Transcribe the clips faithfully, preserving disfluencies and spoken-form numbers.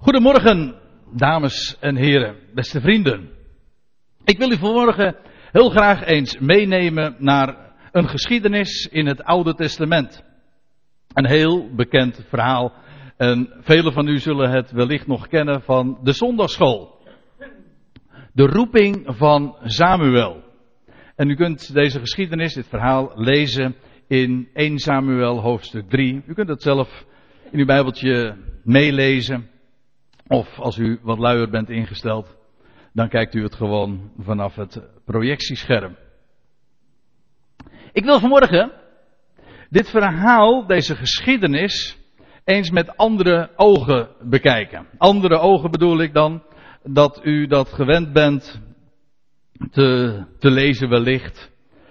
Goedemorgen, dames en heren, beste vrienden. Ik wil u vanmorgen heel graag eens meenemen naar een geschiedenis in het Oude Testament. Een heel bekend verhaal. En velen van u zullen het wellicht nog kennen van de zondagschool. De roeping van Samuel. En u kunt deze geschiedenis, dit verhaal, lezen in Eerste Samuel hoofdstuk drie. U kunt het zelf in uw Bijbeltje meelezen. Of als u wat luier bent ingesteld, dan kijkt u het gewoon vanaf het projectiescherm. Ik wil vanmorgen dit verhaal, deze geschiedenis, eens met andere ogen bekijken. Andere ogen bedoel ik dan dat u dat gewend bent te, te lezen wellicht.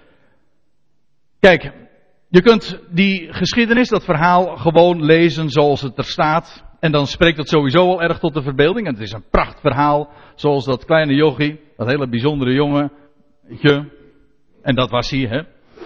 Kijk, je kunt die geschiedenis, dat verhaal, gewoon lezen zoals het er staat. En dan spreekt dat sowieso al erg tot de verbeelding. En het is een prachtverhaal, zoals dat kleine jochie, dat hele bijzondere jongetje. En dat was hij, hè.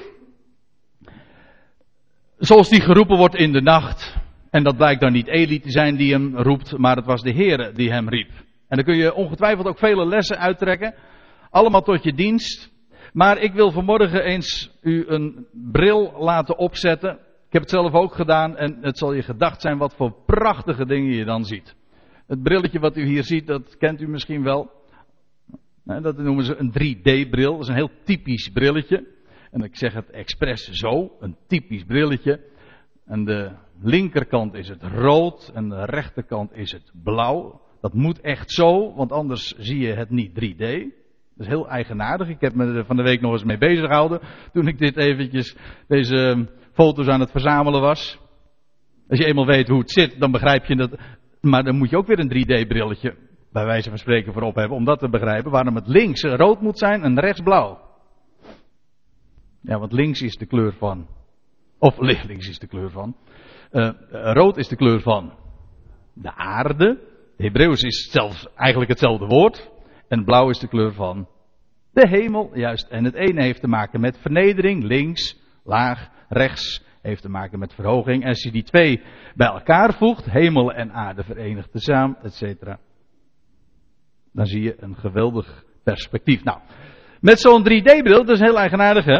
Zoals die geroepen wordt in de nacht. En dat blijkt dan niet Eli te zijn die hem roept, maar het was de Heere die hem riep. En dan kun je ongetwijfeld ook vele lessen uittrekken. Allemaal tot je dienst. Maar ik wil vanmorgen eens u een bril laten opzetten. Ik heb het zelf ook gedaan en het zal je gedacht zijn wat voor prachtige dingen je dan ziet. Het brilletje wat u hier ziet, dat kent u misschien wel. Dat noemen ze een drie D-bril. Dat is een heel typisch brilletje. En ik zeg het expres zo, een typisch brilletje. En de linkerkant is het rood en de rechterkant is het blauw. Dat moet echt zo, want anders zie je het niet drie D. Dat is heel eigenaardig. Ik heb me er van de week nog eens mee bezig gehouden. Toen ik dit eventjes, deze foto's aan het verzamelen was. Als je eenmaal weet hoe het zit, dan begrijp je dat. Maar dan moet je ook weer een drie D-brilletje, bij wijze van spreken, voor op hebben. Om dat te begrijpen. Waarom het links rood moet zijn en rechts blauw. Ja, want links is de kleur van. Of links is de kleur van. Uh, rood is de kleur van de aarde. Hebreeuws is zelfs eigenlijk hetzelfde woord. En blauw is de kleur van de hemel, juist. En het ene heeft te maken met vernedering, links, laag, rechts, heeft te maken met verhoging. En als je die twee bij elkaar voegt, hemel en aarde verenigd tezamen, et cetera, dan zie je een geweldig perspectief. Nou, met zo'n drie D-bril, dat is heel eigenaardig, hè.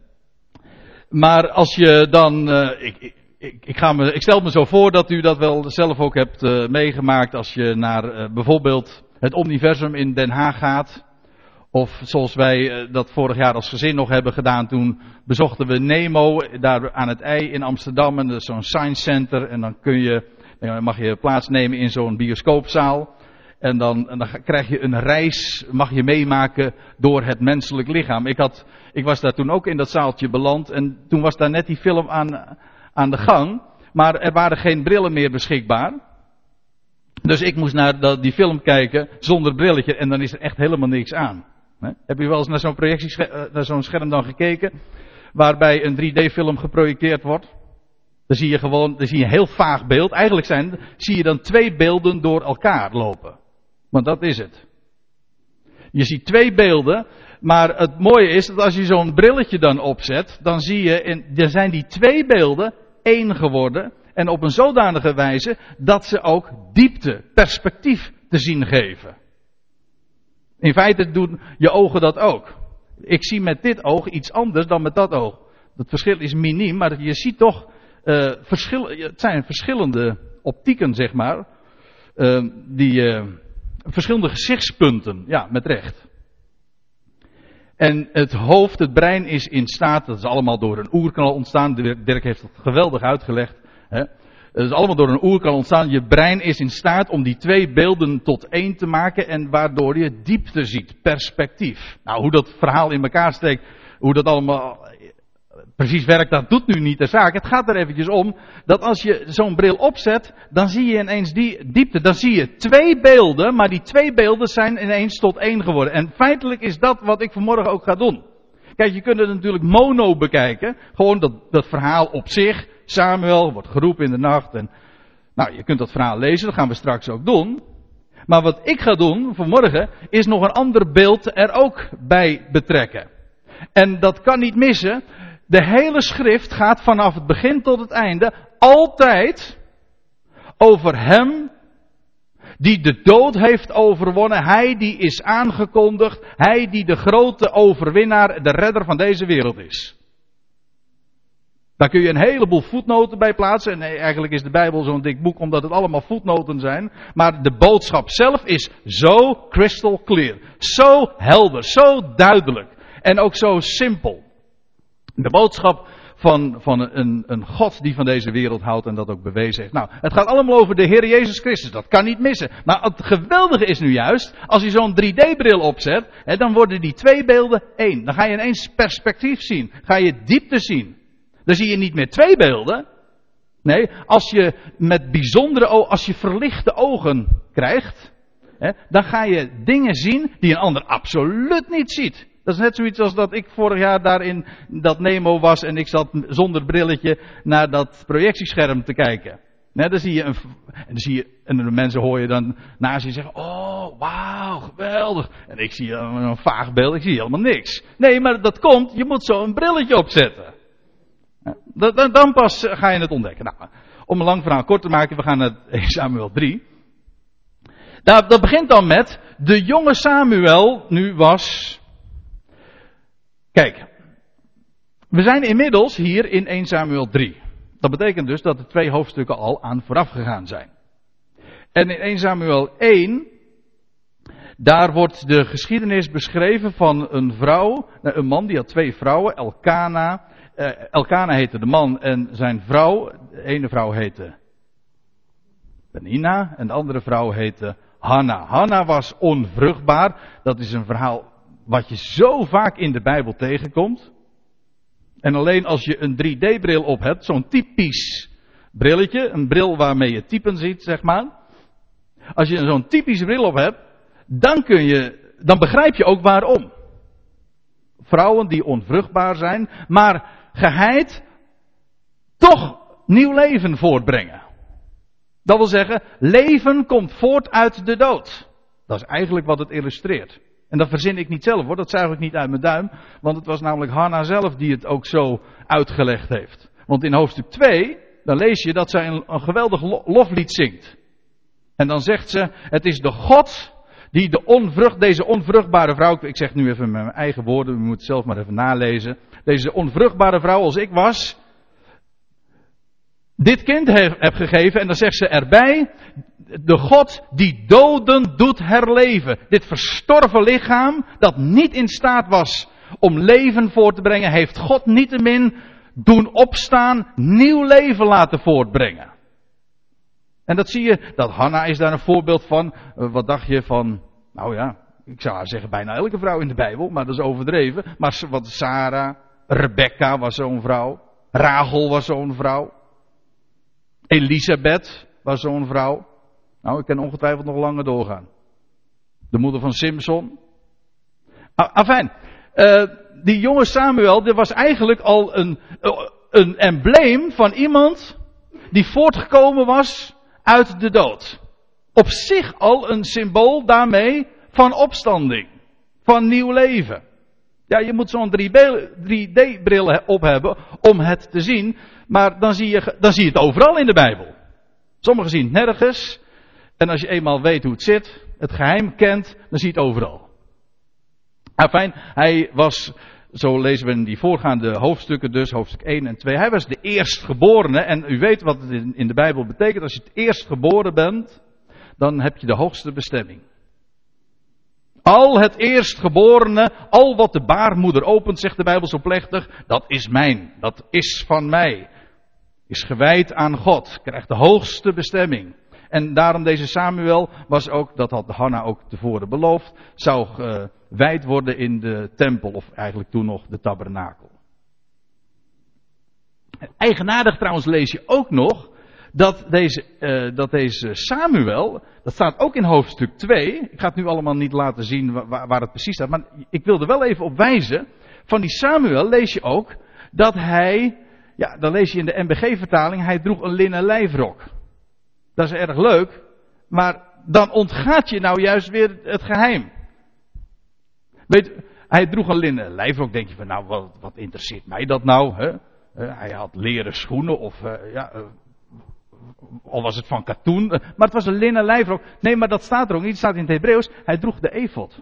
Maar als je dan, uh, ik, ik, ik, ik, ga me, ik stel me zo voor dat u dat wel zelf ook hebt uh, meegemaakt als je naar uh, bijvoorbeeld het Omniversum in Den Haag gaat. Of zoals wij dat vorig jaar als gezin nog hebben gedaan. Toen bezochten we Nemo daar aan het IJ in Amsterdam. En dat is zo'n science center. En dan kun je, dan mag je plaatsnemen in zo'n bioscoopzaal. En dan, en dan krijg je een reis, mag je meemaken door het menselijk lichaam. Ik, had, ik was daar toen ook in dat zaaltje beland. En toen was daar net die film aan, aan de gang. Maar er waren geen brillen meer beschikbaar. Dus ik moest naar die film kijken zonder brilletje en dan is er echt helemaal niks aan. He? Heb je wel eens naar zo'n projectiescherm, naar zo'n scherm dan gekeken, waarbij een drie D-film geprojecteerd wordt? Dan zie je gewoon, dan zie je een heel vaag beeld. Eigenlijk zijn, zie je dan twee beelden door elkaar lopen. Want dat is het. Je ziet twee beelden, maar het mooie is dat als je zo'n brilletje dan opzet, dan zie je, in, dan zijn die twee beelden één geworden. En op een zodanige wijze dat ze ook diepte, perspectief te zien geven. In feite doen je ogen dat ook. Ik zie met dit oog iets anders dan met dat oog. Het verschil is miniem, maar je ziet toch uh, verschil, het zijn verschillende optieken, zeg maar. Uh, die uh, verschillende gezichtspunten, ja, met recht. En het hoofd, het brein is in staat, dat is allemaal door een oerknal ontstaan. Dirk heeft het geweldig uitgelegd. He. Het is allemaal door een oerknal ontstaan. Je brein is in staat om die twee beelden tot één te maken en waardoor je diepte ziet, perspectief. Nou, hoe dat verhaal in elkaar steekt, hoe dat allemaal precies werkt, dat doet nu niet de zaak. Het gaat er eventjes om dat als je zo'n bril opzet, dan zie je ineens die diepte. Dan zie je twee beelden, maar die twee beelden zijn ineens tot één geworden. En feitelijk is dat wat ik vanmorgen ook ga doen. Kijk, je kunt het natuurlijk mono bekijken. Gewoon dat, dat verhaal op zich. Samuel wordt geroepen in de nacht. En, nou, je kunt dat verhaal lezen. Dat gaan we straks ook doen. Maar wat ik ga doen vanmorgen is nog een ander beeld er ook bij betrekken. En dat kan niet missen. De hele schrift gaat vanaf het begin tot het einde altijd over hem Die de dood heeft overwonnen. Hij die is aangekondigd. Hij die de grote overwinnaar, de redder van deze wereld is. Daar kun je een heleboel voetnoten bij plaatsen. En nee, eigenlijk is de Bijbel zo'n dik boek omdat het allemaal voetnoten zijn. Maar de boodschap zelf is zo crystal clear. Zo helder, zo duidelijk. En ook zo simpel. De boodschap van, van een, een God die van deze wereld houdt en dat ook bewezen heeft. Nou, het gaat allemaal over de Heer Jezus Christus. Dat kan niet missen. Maar het geweldige is nu juist, als je zo'n drie D-bril opzet, hè, dan worden die twee beelden één. Dan ga je ineens perspectief zien. Ga je diepte zien. Dan zie je niet meer twee beelden. Nee, als je met bijzondere ogen, als je verlichte ogen krijgt, hè, dan ga je dingen zien die een ander absoluut niet ziet. Dat is net zoiets als dat ik vorig jaar daar in dat Nemo was en ik zat zonder brilletje naar dat projectiescherm te kijken. Nee, dan zie je een, en dan zie je, en de mensen hoor je dan naast je zeggen, oh, wauw, geweldig. En ik zie een, een vaag beeld, ik zie helemaal niks. Nee, maar dat komt, je moet zo een brilletje opzetten. Dan, dan pas ga je het ontdekken. Nou, om een lang verhaal kort te maken, we gaan naar eerste Samuel drie. Dat, dat begint dan met, de jonge Samuel nu was... Kijk, we zijn inmiddels hier in eerste Samuel drie. Dat betekent dus dat de twee hoofdstukken al aan vooraf gegaan zijn. En in eerste Samuel één, daar wordt de geschiedenis beschreven van een vrouw, een man die had twee vrouwen, Elkana. Uh, Elkana heette de man en zijn vrouw, de ene vrouw heette Penina en de andere vrouw heette Hanna. Hanna was onvruchtbaar. Dat is een verhaal wat je zo vaak in de Bijbel tegenkomt. En alleen als je een drie D-bril op hebt, zo'n typisch brilletje, een bril waarmee je typen ziet, zeg maar. Als je zo'n typisch bril op hebt, dan kun je, dan begrijp je ook waarom. Vrouwen die onvruchtbaar zijn, maar geheid toch nieuw leven voortbrengen. Dat wil zeggen, leven komt voort uit de dood. Dat is eigenlijk wat het illustreert. En dat verzin ik niet zelf hoor, dat zuig ik niet uit mijn duim. Want het was namelijk Hanna zelf die het ook zo uitgelegd heeft. Want in hoofdstuk twee, dan lees je dat zij een, een geweldig loflied zingt. En dan zegt ze, het is de God die de onvrucht, deze onvruchtbare vrouw, ik zeg nu even met mijn eigen woorden, u moet het zelf maar even nalezen. Deze onvruchtbare vrouw als ik was, dit kind heb, heb gegeven en dan zegt ze erbij, de God die doden doet herleven. Dit verstorven lichaam dat niet in staat was om leven voort te brengen, heeft God niettemin doen opstaan, nieuw leven laten voortbrengen. En dat zie je, dat Hanna is daar een voorbeeld van. Uh, wat dacht je van, nou ja, ik zou haar zeggen bijna elke vrouw in de Bijbel, maar dat is overdreven. Maar wat Sarah, Rebecca was zo'n vrouw, Rachel was zo'n vrouw, Elisabeth was zo'n vrouw. Nou, ik kan ongetwijfeld nog langer doorgaan. De moeder van Simson. Afijn, uh, die jonge Samuel, dit was eigenlijk al een, een embleem van iemand die voortgekomen was uit de dood. Op zich al een symbool daarmee van opstanding. Van nieuw leven. Ja, je moet zo'n drie D-bril op hebben om het te zien. Maar dan zie, je, dan zie je het overal in de Bijbel. Sommigen zien het nergens. En als je eenmaal weet hoe het zit, het geheim kent, dan zie je het overal. Enfin, hij was, zo lezen we in die voorgaande hoofdstukken dus, hoofdstuk één en twee. Hij was de eerstgeborene. En u weet wat het in de Bijbel betekent. Als je het eerstgeboren bent, dan heb je de hoogste bestemming. Al het eerstgeborene, al wat de baarmoeder opent, zegt de Bijbel zo plechtig, dat is mijn, dat is van mij. Is gewijd aan God, krijgt de hoogste bestemming. En daarom deze Samuel was ook, dat had Hanna ook tevoren beloofd, zou gewijd worden in de tempel, of eigenlijk toen nog de tabernakel. Eigenaardig trouwens lees je ook nog, dat deze, uh, dat deze Samuel, dat staat ook in hoofdstuk twee, ik ga het nu allemaal niet laten zien waar, waar het precies staat, maar ik wil er wel even op wijzen, van die Samuel lees je ook, dat hij, ja, dan lees je in de N B G-vertaling, hij droeg een linnen lijfrok. Dat is erg leuk, maar dan ontgaat je nou juist weer het geheim. Weet, hij droeg een linnen lijfrok, denk je van nou, wat, wat interesseert mij dat nou? Hè? Uh, hij had leren schoenen of uh, ja, uh, al was het van katoen, maar het was een linnen lijfrok. Nee, maar dat staat er ook niet, het staat in het Hebreeuws. Hij droeg de efod.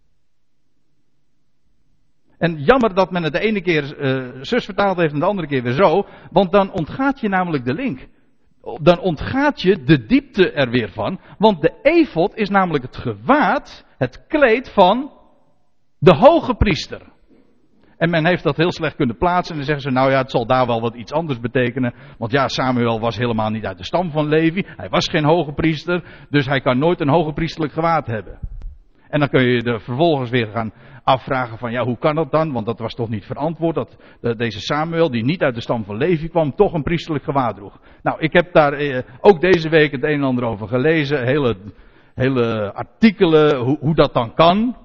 En jammer dat men het de ene keer uh, zus vertaald heeft en de andere keer weer zo. Want dan ontgaat je namelijk de link. Dan ontgaat je de diepte er weer van. Want de efod is namelijk het gewaad, het kleed van de hoge priester. En men heeft dat heel slecht kunnen plaatsen. En dan zeggen ze, nou ja, het zal daar wel wat iets anders betekenen. Want ja, Samuel was helemaal niet uit de stam van Levi. Hij was geen hoge priester. Dus hij kan nooit een hoge priesterlijk gewaad hebben. En dan kun je er vervolgens weer gaan afvragen van, ja, hoe kan dat dan? Want dat was toch niet verantwoord dat de, deze Samuel, die niet uit de stam van Levi kwam, toch een priesterlijk gewaad droeg. Nou, ik heb daar eh, ook deze week het een en ander over gelezen. Hele, hele artikelen, hoe, hoe dat dan kan.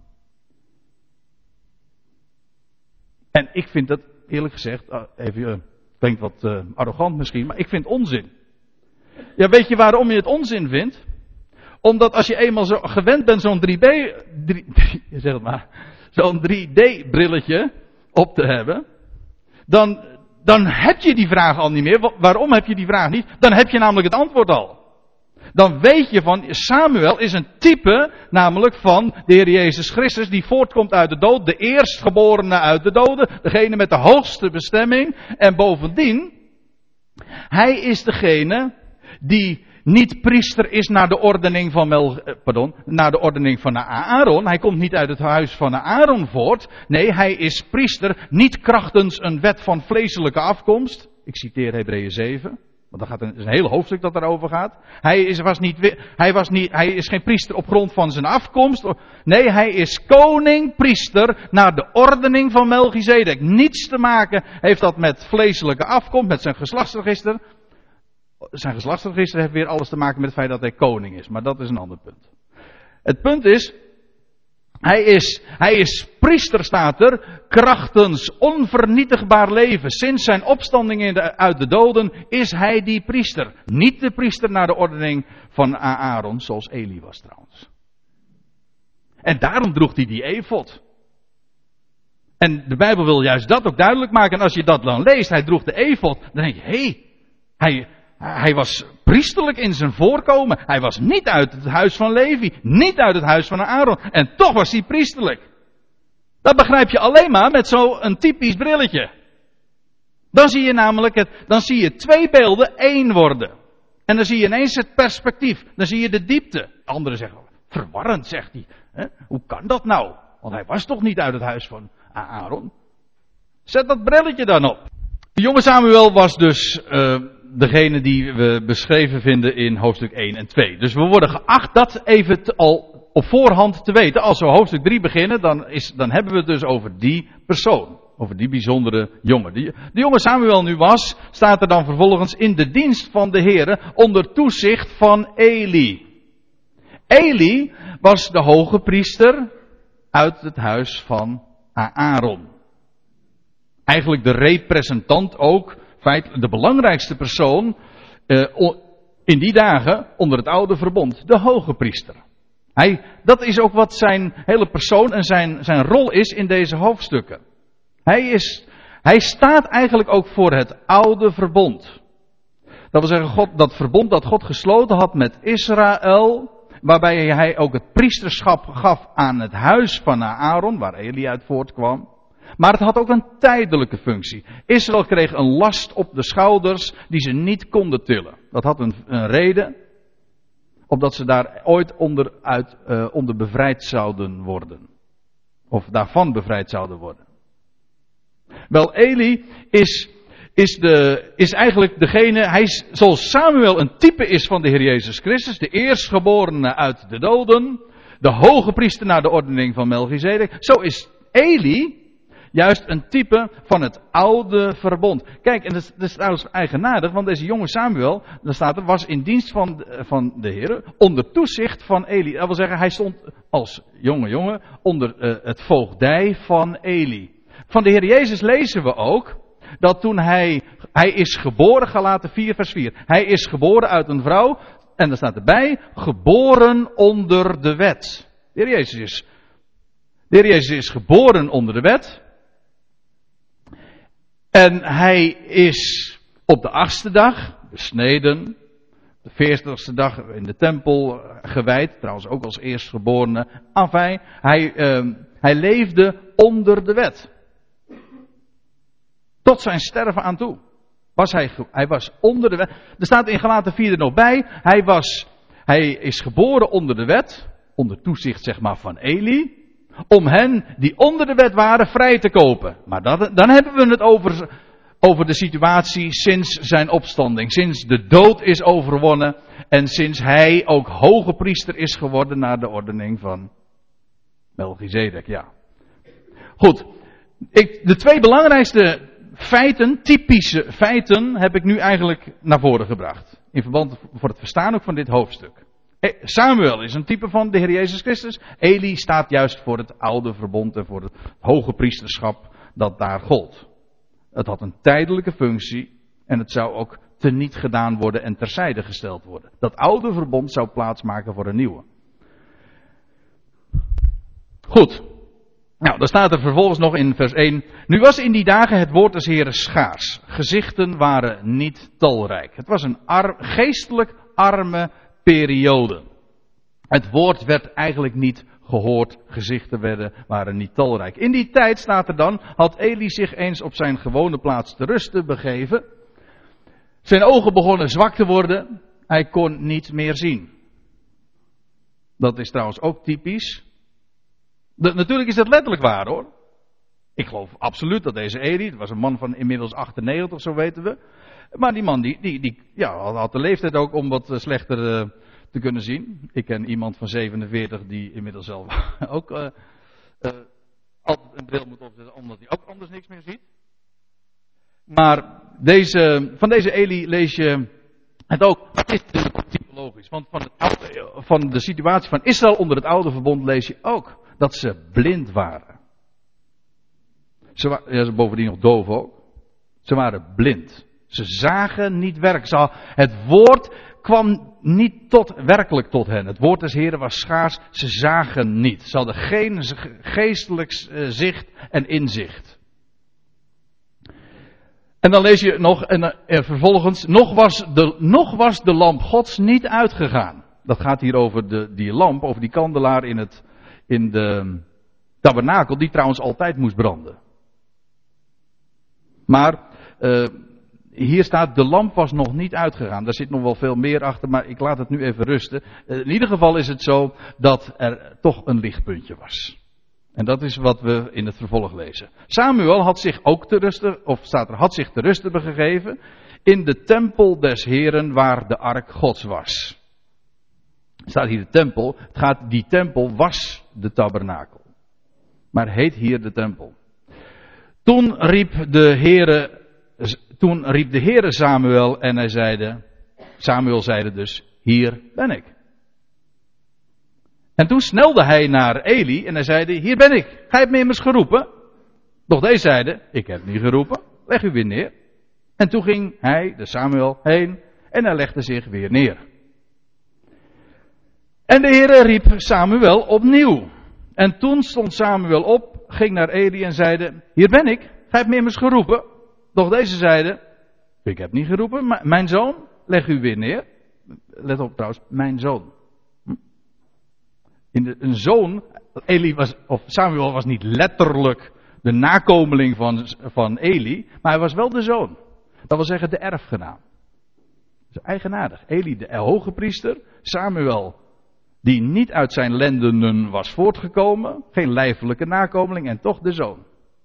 En ik vind dat, eerlijk gezegd, even, uh, klinkt wat uh, arrogant misschien, maar ik vind onzin. Ja, weet je waarom je het onzin vindt? Omdat als je eenmaal zo gewend bent zo'n drie B, drie, zeg het maar, zo'n drie D brilletje op te hebben, dan, dan heb je die vraag al niet meer. Waarom heb je die vraag niet? Dan heb je namelijk het antwoord al. Dan weet je van, Samuel is een type, namelijk van de Heer Jezus Christus, die voortkomt uit de dood, de eerstgeborene uit de doden, degene met de hoogste bestemming. En bovendien, hij is degene die niet priester is naar de ordening van Mel, pardon, naar de ordening van Aaron. Hij komt niet uit het huis van Aaron voort. Nee, hij is priester, niet krachtens een wet van vleeselijke afkomst. Ik citeer Hebreeën zeven. Want dat gaat een, is een hele hoofdstuk dat daarover gaat. Hij is, was niet, hij, was niet, hij is geen priester op grond van zijn afkomst. Nee, hij is koning, priester naar de ordening van Melchizedek. Niets te maken heeft dat met vleeselijke afkomst, met zijn geslachtsregister. Zijn geslachtsregister heeft weer alles te maken met het feit dat hij koning is. Maar dat is een ander punt. Het punt is, hij is, hij is priester, staat er, krachtens onvernietigbaar leven. Sinds zijn opstanding in de, uit de doden is hij die priester. Niet de priester naar de ordening van Aaron, zoals Eli was trouwens. En daarom droeg hij die efod. En de Bijbel wil juist dat ook duidelijk maken. En als je dat dan leest, hij droeg de efod, dan denk je, hé, hey, hij... Hij was priesterlijk in zijn voorkomen. Hij was niet uit het huis van Levi. Niet uit het huis van Aaron. En toch was hij priesterlijk. Dat begrijp je alleen maar met zo'n typisch brilletje. Dan zie je namelijk het, dan zie je twee beelden één worden. En dan zie je ineens het perspectief. Dan zie je de diepte. Anderen zeggen, verwarrend zegt hij. Hè? Hoe kan dat nou? Want hij was toch niet uit het huis van Aaron? Zet dat brilletje dan op. De jonge Samuel was dus... Uh, degene die we beschreven vinden in hoofdstuk één en twee. Dus we worden geacht dat even te, al op voorhand te weten. Als we hoofdstuk drie beginnen, dan, is, dan hebben we het dus over die persoon. Over die bijzondere jongen. Die, de jonge Samuel nu was, staat er dan vervolgens in de dienst van de Heere onder toezicht van Eli. Eli was de hoge priester uit het huis van Aaron. Eigenlijk de representant ook, de belangrijkste persoon uh, in die dagen onder het oude verbond, de hoge priester. Hij, dat is ook wat zijn hele persoon en zijn, zijn rol is in deze hoofdstukken. Hij, is, hij staat eigenlijk ook voor het oude verbond. Dat wil zeggen, God, dat verbond dat God gesloten had met Israël, waarbij hij ook het priesterschap gaf aan het huis van Aaron, waar Eli uit voortkwam. Maar het had ook een tijdelijke functie. Israël kreeg een last op de schouders die ze niet konden tillen. Dat had een, een reden. Opdat ze daar ooit onder, uit, uh, onder bevrijd zouden worden. Of daarvan bevrijd zouden worden. Wel, Eli is, is, de, is eigenlijk degene, hij is, zoals Samuel een type is van de Heer Jezus Christus. De eerstgeborene uit de doden. De hoge priester naar de ordening van Melchizedek. Zo is Eli juist een type van het oude verbond. Kijk, en dat is, dat is trouwens eigenaardig, want deze jonge Samuel, daar staat er, was in dienst van, van de Heer, onder toezicht van Eli. Dat wil zeggen, hij stond als jonge jongen onder uh, het voogdij van Eli. Van de Heer Jezus lezen we ook, dat toen hij, hij is geboren, Galaten vier vers vier, hij is geboren uit een vrouw, en daar staat erbij, geboren onder de wet. De Heer Jezus is, de Heer Jezus is geboren onder de wet. En hij is op de achtste dag, besneden. De veertigste dag in de tempel gewijd. Trouwens ook als eerstgeborene. Enfin, hij, uh, hij leefde onder de wet. Tot zijn sterven aan toe. Was hij, hij was onder de wet. Er staat in Galaten vier er nog bij. Hij, was, hij is geboren onder de wet. Onder toezicht zeg maar van Eli. Om hen die onder de wet waren vrij te kopen. Maar dat, dan hebben we het over, over de situatie sinds zijn opstanding. Sinds de dood is overwonnen. En sinds hij ook hoge priester is geworden naar de ordening van Melchizedek. Ja. Goed. Ik, de twee belangrijkste feiten, typische feiten, heb ik nu eigenlijk naar voren gebracht. In verband voor het verstaan ook van dit hoofdstuk. Samuel is een type van de Heer Jezus Christus. Eli staat juist voor het oude verbond en voor het hoge priesterschap dat daar gold. Het had een tijdelijke functie en het zou ook teniet gedaan worden en terzijde gesteld worden. Dat oude verbond zou plaatsmaken voor een nieuwe. Goed. Nou, dan staat er vervolgens nog in vers één. Nu was in die dagen het woord des Heeren schaars. Gezichten waren niet talrijk. Het was een arm, geestelijk arme periode. Het woord werd eigenlijk niet gehoord. Gezichten werden, waren niet talrijk. In die tijd staat er dan, had Eli zich eens op zijn gewone plaats te rusten begeven. Zijn ogen begonnen zwak te worden. Hij kon niet meer zien. Dat is trouwens ook typisch. De, natuurlijk is dat letterlijk waar hoor. Ik geloof absoluut dat deze Eli, het was een man van inmiddels achtennegentig, zo weten we. Maar die man die, die, die ja, had de leeftijd ook om wat slechter uh, te kunnen zien. Ik ken iemand van zevenenveertig die inmiddels zelf ook uh, uh, altijd een bril moet opzetten omdat hij ook anders niks meer ziet. Maar deze, van deze Eli lees je het ook. Het is natuurlijk typologisch. Want van, het oude, van de situatie van Israël onder het oude verbond lees je ook dat ze blind waren. Ze waren ja, bovendien nog doof ook. Ze waren blind. Ze zagen niet werk. Het woord kwam niet tot, werkelijk tot hen. Het woord des Heren was schaars. Ze zagen niet. Ze hadden geen geestelijk zicht en inzicht. En dan lees je nog, en er vervolgens, nog was, de, nog was de lamp Gods niet uitgegaan. Dat gaat hier over de, die lamp, over die kandelaar in, het, in de tabernakel, die trouwens altijd moest branden. Maar, uh, hier staat, de lamp was nog niet uitgegaan. Daar zit nog wel veel meer achter, maar ik laat het nu even rusten. Uh, in ieder geval is het zo dat er toch een lichtpuntje was. En dat is wat we in het vervolg lezen. Samuel had zich ook te rusten, of staat er, had zich te rusten begegeven in de tempel des Heren waar de ark Gods was. Er staat hier de tempel. Het gaat, die tempel was de tabernakel. Maar heet hier de tempel. Toen riep de Heere, toen riep de Heere Samuel en hij zeide, Samuel zeide dus, hier ben ik. En toen snelde hij naar Eli en hij zeide, hier ben ik. Gij hebt me immers geroepen. Doch deze zeide, ik heb niet geroepen. Leg u weer neer. En toen ging hij, de Samuel, heen en hij legde zich weer neer. En de Heere riep Samuel opnieuw. En toen stond Samuel op, ging naar Eli en zeide, hier ben ik. Gij hebt me immers geroepen. Doch deze zeide, ik heb niet geroepen, maar mijn zoon, leg u weer neer. Let op trouwens, mijn zoon. In de, een zoon, Eli was, of Samuel was niet letterlijk de nakomeling van, van Eli, maar hij was wel de zoon. Dat wil zeggen de erfgenaam. Dat is eigenaardig. Eli de hoge priester, Samuel die niet uit zijn lendenen was voortgekomen, geen lijfelijke nakomeling en toch de zoon.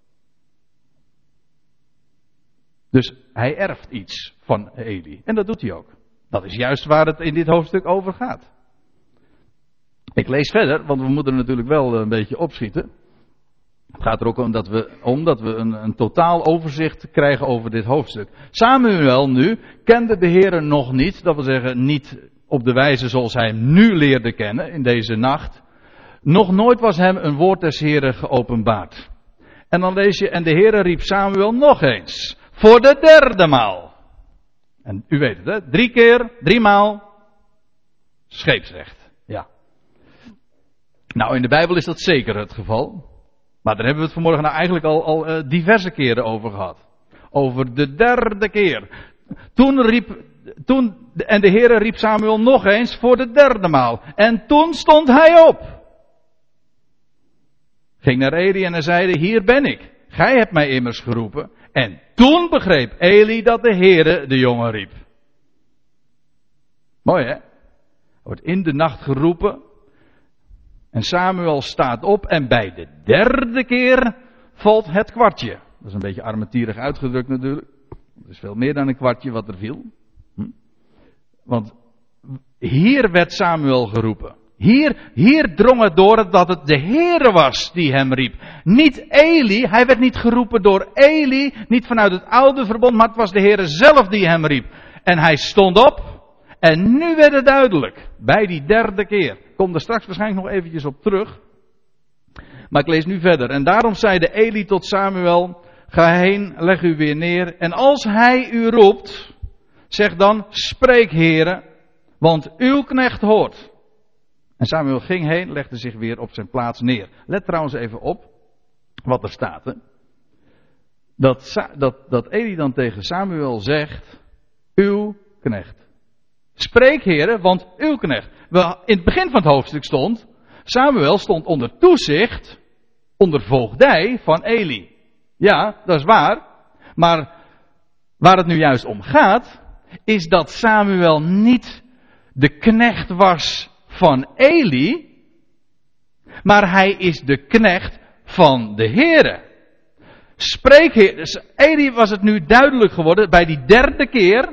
Dus hij erft iets van Eli en dat doet hij ook. Dat is juist waar het in dit hoofdstuk over gaat. Ik lees verder, want we moeten natuurlijk wel een beetje opschieten. Het gaat er ook om dat we, om dat we een, een totaal overzicht krijgen over dit hoofdstuk. Samuel nu kende de Heere nog niet, dat wil zeggen niet op de wijze zoals hij hem nu leerde kennen in deze nacht. Nog nooit was hem een woord des Heeren geopenbaard. En dan lees je, en de Heere riep Samuel nog eens, voor de derde maal. En u weet het hè, drie keer, drie maal, scheepsrecht. Ja. Nou, in de Bijbel is dat zeker het geval. Maar daar hebben we het vanmorgen nou eigenlijk al, al uh, diverse keren over gehad. Over de derde keer. Toen riep toen, en de Heere riep Samuel nog eens voor de derde maal. En toen stond hij op. Ging naar Eli en hij zeide, hier ben ik. Gij hebt mij immers geroepen. En toen begreep Eli dat de Heere de jongen riep. Mooi hè? Wordt in de nacht geroepen. En Samuel staat op en bij de derde keer valt het kwartje. Dat is een beetje armetierig uitgedrukt natuurlijk. Het is veel meer dan een kwartje wat er viel. Hm? Want hier werd Samuel geroepen. Hier, hier drong het door dat het de Heere was die hem riep. Niet Eli, hij werd niet geroepen door Eli, niet vanuit het oude verbond, maar het was de Heere zelf die hem riep. En hij stond op en nu werd het duidelijk, bij die derde keer. Ik kom er straks waarschijnlijk nog eventjes op terug. Maar ik lees nu verder. En daarom zeide Eli tot Samuel, ga heen, leg u weer neer. En als hij u roept, zeg dan, spreek Heere, want uw knecht hoort. En Samuel ging heen, legde zich weer op zijn plaats neer. Let trouwens even op wat er staat. Hè? Dat, dat, dat Eli dan tegen Samuel zegt, uw knecht. Spreek Heere, want uw knecht. Wel, in het begin van het hoofdstuk stond, Samuel stond onder toezicht, onder voogdij van Eli. Ja, dat is waar. Maar waar het nu juist om gaat, is dat Samuel niet de knecht was van Eli, maar hij is de knecht van de Heere. Spreek Heer. Dus Eli was het nu duidelijk geworden bij die derde keer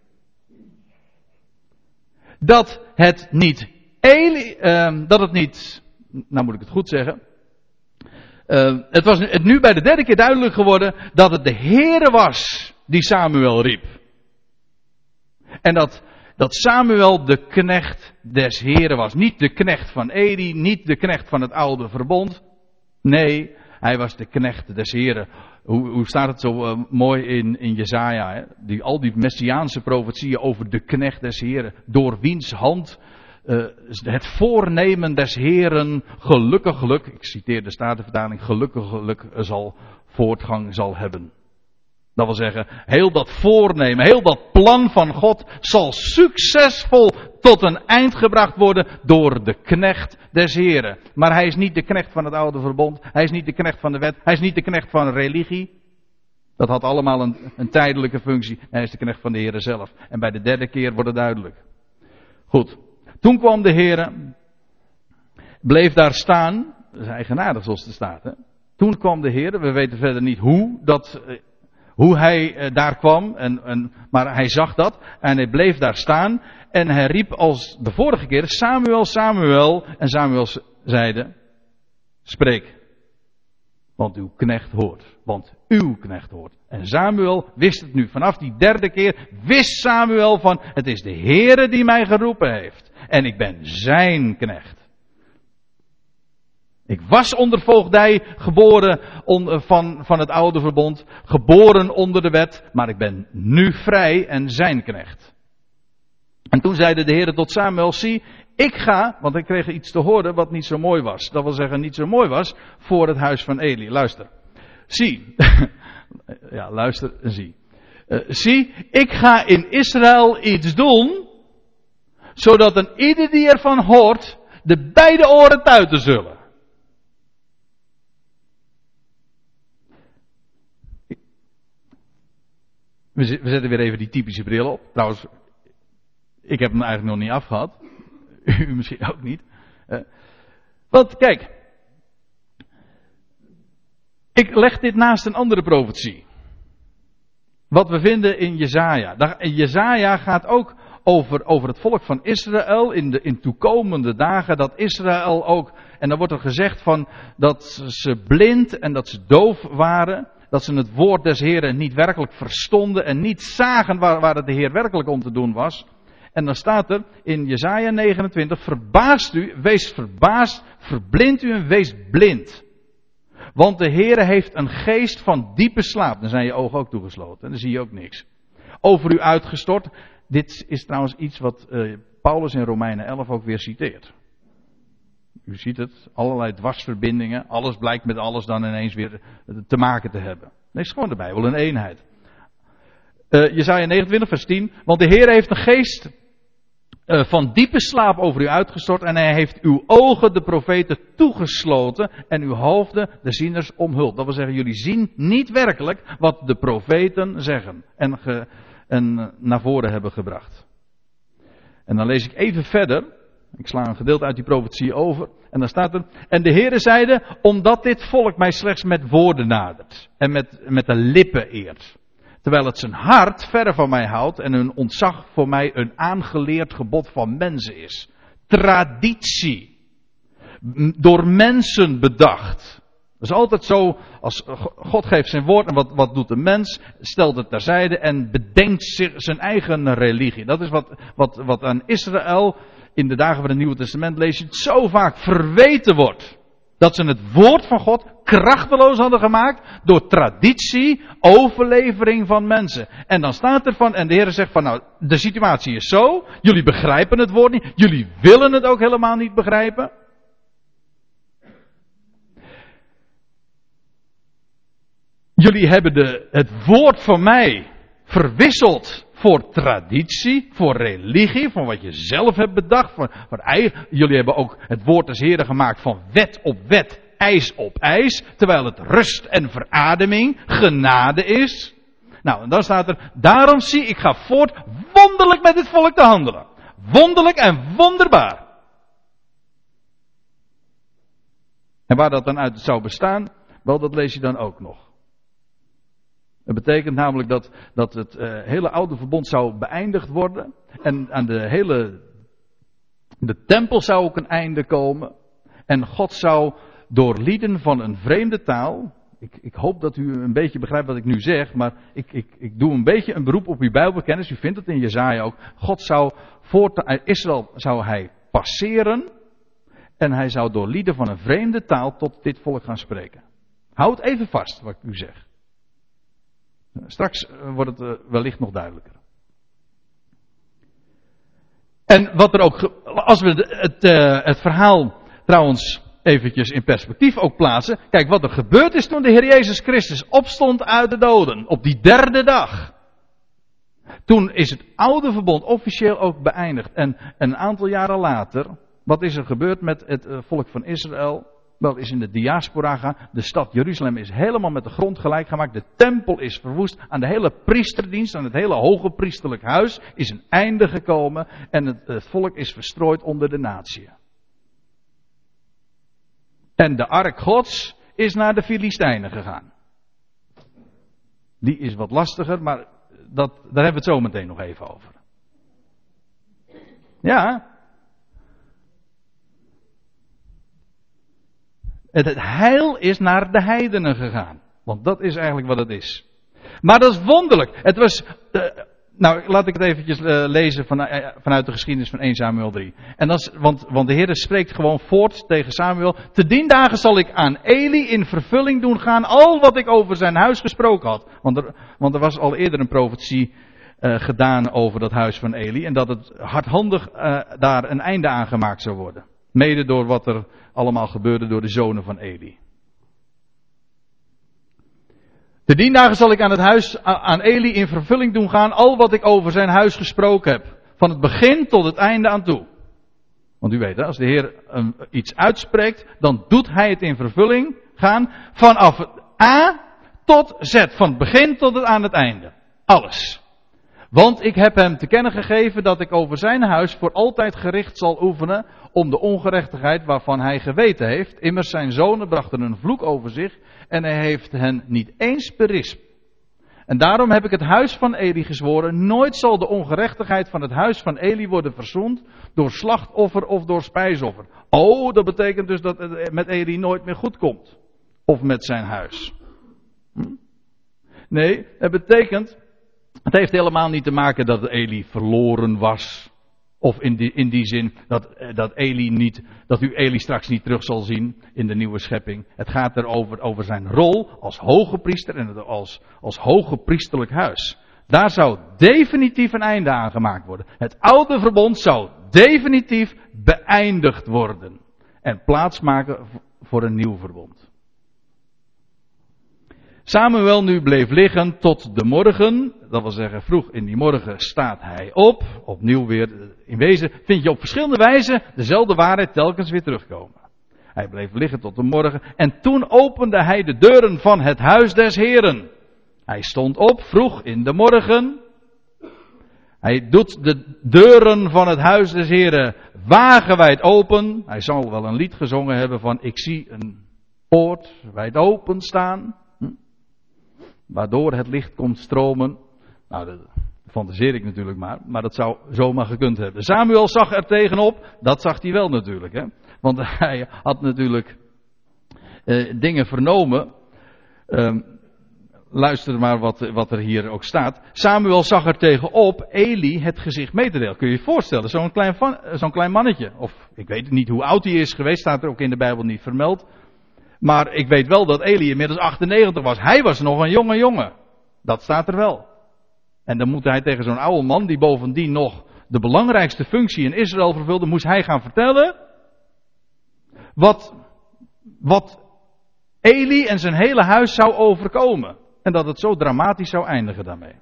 dat het niet Eli, uh, dat het niet, nou moet ik het goed zeggen. Uh, het was het nu bij de derde keer duidelijk geworden dat het de Heere was die Samuel riep. En dat Dat Samuel de knecht des Heren was. Niet de knecht van Eli, niet de knecht van het oude verbond. Nee, hij was de knecht des Heren. Hoe, hoe staat het zo uh, mooi in, in Jesaja? Hè? Die, al die messiaanse profetieën over de knecht des Heren. Door wiens hand uh, het voornemen des Heren gelukkiglijk, ik citeer de Statenvertaling, gelukkiglijk zal voortgang zal hebben. Dat wil zeggen, heel dat voornemen, heel dat plan van God zal succesvol tot een eind gebracht worden door de knecht des Heren. Maar hij is niet de knecht van het oude verbond, hij is niet de knecht van de wet, hij is niet de knecht van religie. Dat had allemaal een, een tijdelijke functie. Hij is de knecht van de Heren zelf. En bij de derde keer wordt het duidelijk. Goed, toen kwam de Heren, bleef daar staan, dat is eigenaardig zoals het staat. Hè? Toen kwam de Heren, we weten verder niet hoe dat... Hoe hij uh, daar kwam, en, en, maar hij zag dat en hij bleef daar staan en hij riep als de vorige keer, Samuel, Samuel, en Samuel zeide, spreek, want uw knecht hoort, want uw knecht hoort. En Samuel wist het nu, vanaf die derde keer wist Samuel van, het is de Heere die mij geroepen heeft en ik ben zijn knecht. Ik was onder voogdij geboren on, van, van het oude verbond, geboren onder de wet, maar ik ben nu vrij en zijn knecht. En toen zeide de Heer tot Samuel, zie, ik ga, want ik kreeg iets te horen wat niet zo mooi was. Dat wil zeggen niet zo mooi was voor het huis van Eli. Luister. Zie, ja luister en zie. Uh, zie, ik ga in Israël iets doen, zodat een ieder die ervan hoort, de beide oren tuiten zullen. We zetten weer even die typische bril op. Trouwens, ik heb hem eigenlijk nog niet afgehad. U misschien ook niet. Want kijk. Ik leg dit naast een andere profetie. Wat we vinden in Jesaja. Jesaja gaat ook over, over het volk van Israël in de in toekomende dagen. Dat Israël ook, en dan wordt er gezegd van dat ze blind en dat ze doof waren. Dat ze het woord des Heren niet werkelijk verstonden en niet zagen waar, waar het de Heer werkelijk om te doen was. En dan staat er in Jesaja negenentwintig, verbaast u, wees verbaasd, verblind u en wees blind. Want de Heere heeft een geest van diepe slaap. Dan zijn je ogen ook toegesloten, dan zie je ook niks. Over u uitgestort. Dit is trouwens iets wat uh, Paulus in Romeinen elf ook weer citeert. U ziet het, allerlei dwarsverbindingen, alles blijkt met alles dan ineens weer te maken te hebben. Nee, het is gewoon de Bijbel een eenheid. Uh, Jesaja negenentwintig vers tien. Want de Heer heeft een geest uh, van diepe slaap over u uitgestort. En hij heeft uw ogen, de profeten, toegesloten. En uw hoofden, de zieners, omhuld. Dat wil zeggen, jullie zien niet werkelijk wat de profeten zeggen. En, ge, en naar voren hebben gebracht. En dan lees ik even verder. Ik sla een gedeelte uit die profetie over. En dan staat er. En de Heere zeide, omdat dit volk mij slechts met woorden nadert. En met, met de lippen eert. Terwijl het zijn hart verre van mij houdt. En hun ontzag voor mij een aangeleerd gebod van mensen is. Traditie. Door mensen bedacht. Dat is altijd zo. Als God geeft zijn woord. En wat, wat doet de mens? Stelt het terzijde. En bedenkt zich zijn eigen religie. Dat is wat, wat, wat aan Israël. In de dagen van het Nieuwe Testament lees je het zo vaak verweten wordt. Dat ze het woord van God krachteloos hadden gemaakt door traditie, overlevering van mensen. En dan staat er van, en de Heer zegt van nou, de situatie is zo. Jullie begrijpen het woord niet. Jullie willen het ook helemaal niet begrijpen. Jullie hebben de, het woord van mij verwisseld voor traditie, voor religie, voor wat je zelf hebt bedacht. Voor, voor eigen, jullie hebben ook het woord des Heren gemaakt van wet op wet, ijs op ijs. Terwijl het rust en verademing, genade is. Nou, en dan staat er, daarom zie ik ga voort wonderlijk met dit volk te handelen. Wonderlijk en wonderbaar. En waar dat dan uit zou bestaan, wel dat lees je dan ook nog. Dat betekent namelijk dat, dat het uh, hele oude verbond zou beëindigd worden. En aan de hele, de tempel zou ook een einde komen. En God zou door lieden van een vreemde taal. Ik, ik hoop dat u een beetje begrijpt wat ik nu zeg. Maar ik, ik, ik doe een beetje een beroep op uw Bijbelkennis. U vindt het in Jesaja ook. God zou, voor Israël zou hij passeren. En hij zou door lieden van een vreemde taal tot dit volk gaan spreken. Houd even vast wat ik u zeg. Straks wordt het wellicht nog duidelijker. En wat er ook, als we het, uh, het verhaal trouwens eventjes in perspectief ook plaatsen. Kijk wat er gebeurd is toen de Heer Jezus Christus opstond uit de doden. Op die derde dag. Toen is het oude verbond officieel ook beëindigd. En een aantal jaren later, wat is er gebeurd met het uh, volk van Israël? Wel, is in de diaspora gaan. De stad Jeruzalem is helemaal met de grond gelijk gemaakt. De tempel is verwoest. Aan de hele priesterdienst, aan het hele hoge priesterlijk huis is een einde gekomen. En het, het volk is verstrooid onder de natieën. En de ark Gods is naar de Filistijnen gegaan. Die is wat lastiger, maar dat, daar hebben we het zo meteen nog even over. Ja. Het heil is naar de heidenen gegaan. Want dat is eigenlijk wat het is. Maar dat is wonderlijk. Het was, uh, nou laat ik het eventjes uh, lezen van, uh, vanuit de geschiedenis van eerste Samuel drie. En dat is, want, want de Heer spreekt gewoon voort tegen Samuel. Te dien dagen zal ik aan Eli in vervulling doen gaan al wat ik over zijn huis gesproken had. Want er, want er was al eerder een profetie uh, gedaan over dat huis van Eli. En dat het hardhandig uh, daar een einde aan gemaakt zou worden. Mede door wat er allemaal gebeurde door de zonen van Eli. Te dien dagen zal ik aan het huis aan Eli in vervulling doen gaan al wat ik over zijn huis gesproken heb. Van het begin tot het einde aan toe. Want u weet, als de Heer um, iets uitspreekt, dan doet hij het in vervulling gaan vanaf A tot Z. Van het begin tot het aan het einde. Alles. Want ik heb hem te kennen gegeven dat ik over zijn huis voor altijd gericht zal oefenen om de ongerechtigheid waarvan hij geweten heeft. Immers zijn zonen brachten een vloek over zich en hij heeft hen niet eens berispt. En daarom heb ik het huis van Eli gezworen, nooit zal de ongerechtigheid van het huis van Eli worden verzoend door slachtoffer of door spijsoffer. Oh, dat betekent dus dat het met Eli nooit meer goed komt. Of met zijn huis. Hm? Nee, het betekent... Het heeft helemaal niet te maken dat Eli verloren was. Of in die, in die zin dat, dat Eli niet, dat u Eli straks niet terug zal zien in de nieuwe schepping. Het gaat erover over zijn rol als hoge priester en als, als hoge priesterlijk huis. Daar zou definitief een einde aan gemaakt worden. Het oude verbond zou definitief beëindigd worden. En plaatsmaken voor een nieuw verbond. Samuel nu bleef liggen tot de morgen. Dat wil zeggen, vroeg in die morgen staat hij op. Opnieuw weer, in wezen vind je op verschillende wijzen dezelfde waarheid telkens weer terugkomen. Hij bleef liggen tot de morgen. En toen opende hij de deuren van het huis des Heren. Hij stond op, vroeg in de morgen. Hij doet de deuren van het huis des Heren wagenwijd open. Hij zal wel een lied gezongen hebben van ik zie een poort wijd open staan. Hm? Waardoor het licht komt stromen. Nou, dat fantaseer ik natuurlijk maar. Maar dat zou zomaar gekund hebben. Samuel zag er tegenop. Dat zag hij wel natuurlijk. Hè? Want hij had natuurlijk eh, dingen vernomen. Um, luister maar wat, wat er hier ook staat. Samuel zag er tegenop Eli het gezicht mee te delen. Kun je je voorstellen, zo'n klein, van, zo'n klein mannetje. Of ik weet niet hoe oud hij is geweest. Staat er ook in de Bijbel niet vermeld. Maar ik weet wel dat Eli inmiddels achtennegentig was. Hij was nog een jonge jongen. Dat staat er wel. En dan moet hij tegen zo'n oude man, die bovendien nog de belangrijkste functie in Israël vervulde, moest hij gaan vertellen wat, wat Eli en zijn hele huis zou overkomen. En dat het zo dramatisch zou eindigen daarmee.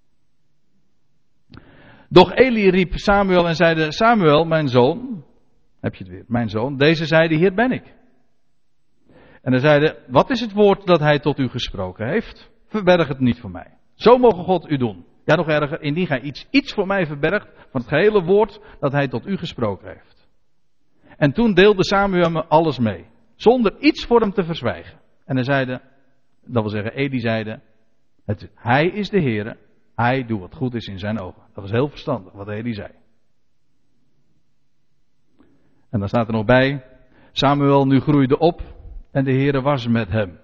Doch Eli riep Samuel en zeide, Samuel, mijn zoon, heb je het weer, mijn zoon, deze zeide, hier ben ik. En hij zeide, wat is het woord dat hij tot u gesproken heeft? Verberg het niet voor mij. Zo mogen God u doen. Ja, nog erger, indien gij iets, iets voor mij verbergt van het gehele woord dat hij tot u gesproken heeft. En toen deelde Samuel me alles mee, zonder iets voor hem te verzwijgen. En hij zeide, dat wil zeggen, Eli zeide, het, hij is de Heere, hij doet wat goed is in zijn ogen. Dat was heel verstandig wat Eli zei. En dan staat er nog bij, Samuel nu groeide op en de Heere was met hem.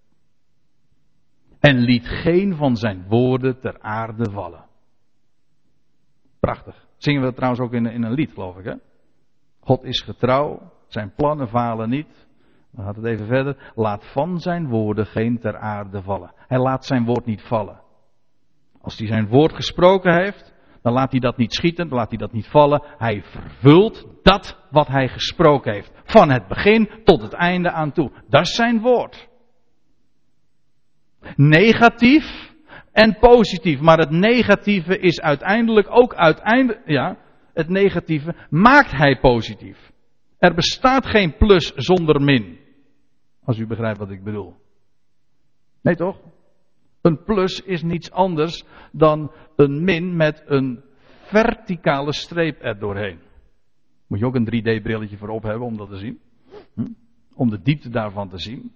En liet geen van zijn woorden ter aarde vallen. Prachtig. Zingen we dat trouwens ook in, in een lied, geloof ik, hè? God is getrouw, zijn plannen falen niet. Dan gaat het even verder. Laat van zijn woorden geen ter aarde vallen. Hij laat zijn woord niet vallen. Als hij zijn woord gesproken heeft, dan laat hij dat niet schieten, dan laat hij dat niet vallen. Hij vervult dat wat hij gesproken heeft. Van het begin tot het einde aan toe. Dat is zijn woord. Negatief en positief. Maar het negatieve is uiteindelijk ook uiteindelijk, ja, het negatieve maakt hij positief. Er bestaat geen plus zonder min. Als u begrijpt wat ik bedoel. Nee toch? Een plus is niets anders dan een min met een verticale streep er doorheen. Moet je ook een drie D brilletje voor op hebben om dat te zien. Hm? Om de diepte daarvan te zien.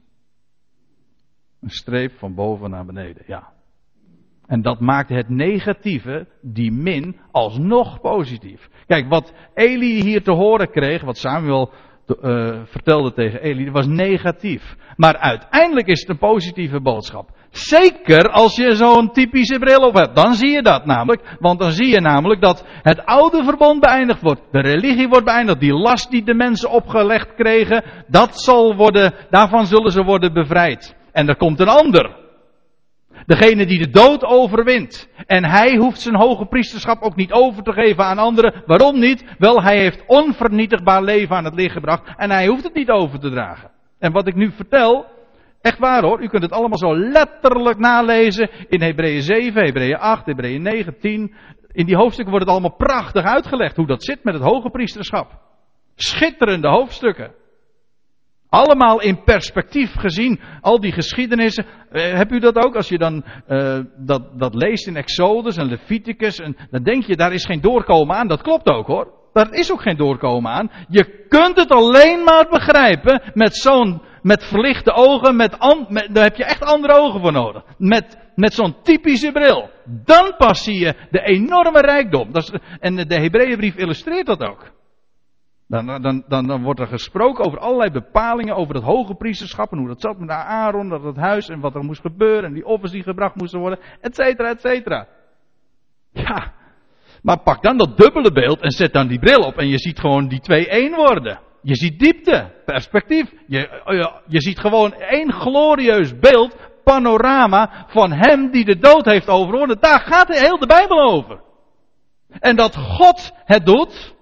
Een streep van boven naar beneden, ja. En dat maakt het negatieve, die min, alsnog positief. Kijk, wat Eli hier te horen kreeg, wat Samuel uh, vertelde tegen Eli, dat was negatief. Maar uiteindelijk is het een positieve boodschap. Zeker als je zo'n typische bril op hebt. Dan zie je dat namelijk. Want dan zie je namelijk dat het oude verbond beëindigd wordt. De religie wordt beëindigd. Die last die de mensen opgelegd kregen, dat zal worden, daarvan zullen ze worden bevrijd. En er komt een ander. Degene die de dood overwint. En hij hoeft zijn hoge priesterschap ook niet over te geven aan anderen. Waarom niet? Wel, hij heeft onvernietigbaar leven aan het licht gebracht. En hij hoeft het niet over te dragen. En wat ik nu vertel, echt waar hoor. U kunt het allemaal zo letterlijk nalezen. In Hebreeën zeven, Hebreeën acht, Hebreeën negen, tien. In die hoofdstukken wordt het allemaal prachtig uitgelegd. Hoe dat zit met het hoge priesterschap. Schitterende hoofdstukken. Allemaal in perspectief gezien, al die geschiedenissen. Eh, heb u dat ook? Als je dan uh, dat, dat leest in Exodus en Leviticus, en dan denk je, daar is geen doorkomen aan. Dat klopt ook hoor. Daar is ook geen doorkomen aan. Je kunt het alleen maar begrijpen met zo'n, met verlichte ogen, met, an, met daar heb je echt andere ogen voor nodig. Met, met zo'n typische bril. Dan pas zie je de enorme rijkdom. Dat is, en de Hebreeënbrief illustreert dat ook. Dan, dan, dan, dan wordt er gesproken over allerlei bepalingen over het hoge priesterschap en hoe dat zat met Aaron, dat het huis en wat er moest gebeuren en die offers die gebracht moesten worden, et cetera, et cetera. Ja, maar pak dan dat dubbele beeld en zet dan die bril op en je ziet gewoon die twee één worden. Je ziet diepte, perspectief. Je, je, je ziet gewoon één glorieus beeld, panorama van hem die de dood heeft overwonnen. Daar gaat heel de Bijbel over. En dat God het doet.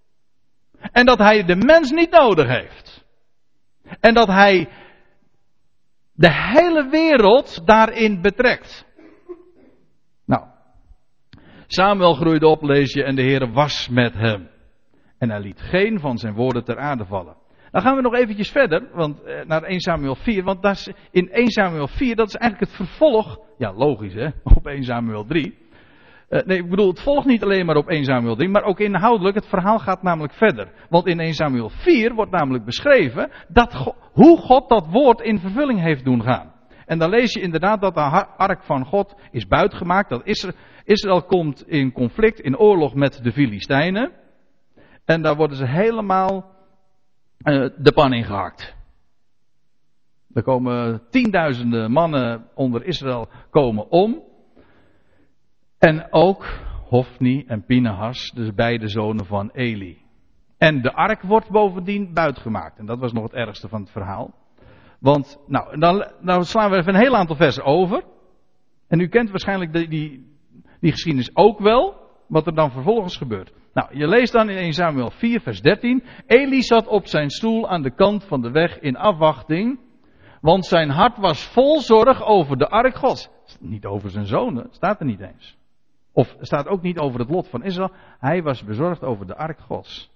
En dat hij de mens niet nodig heeft. En dat hij de hele wereld daarin betrekt. Nou, Samuel groeide op, lees je, en de Heere was met hem. En hij liet geen van zijn woorden ter aarde vallen. Dan gaan we nog eventjes verder, want, eh, naar Eerste Samuel vier, want dat is, in Eerste Samuel vier, dat is eigenlijk het vervolg, ja logisch hè, op Eerste Samuel drie. Uh, nee, ik bedoel, het volgt niet alleen maar op Eerste Samuel drie, maar ook inhoudelijk, het verhaal gaat namelijk verder. Want in Eerste Samuel vier wordt namelijk beschreven dat Go- hoe God dat woord in vervulling heeft doen gaan. En dan lees je inderdaad dat de ark van God is buitgemaakt, dat Israël, Israël komt in conflict, in oorlog met de Filistijnen. En daar worden ze helemaal uh, de pan in gehakt. Er komen tienduizenden mannen onder Israël komen om. En ook Hofni en Pinehas, dus beide zonen van Eli. En de ark wordt bovendien buitgemaakt. En dat was nog het ergste van het verhaal. Want, nou, dan, dan slaan we even een heel aantal versen over. En u kent waarschijnlijk die, die, die geschiedenis ook wel, wat er dan vervolgens gebeurt. Nou, je leest dan in Eerste Samuel vier, vers dertien. Eli zat op zijn stoel aan de kant van de weg in afwachting. Want zijn hart was vol zorg over de ark Gods. Niet over zijn zonen, staat er niet eens. Of staat ook niet over het lot van Israël. Hij was bezorgd over de ark Gods.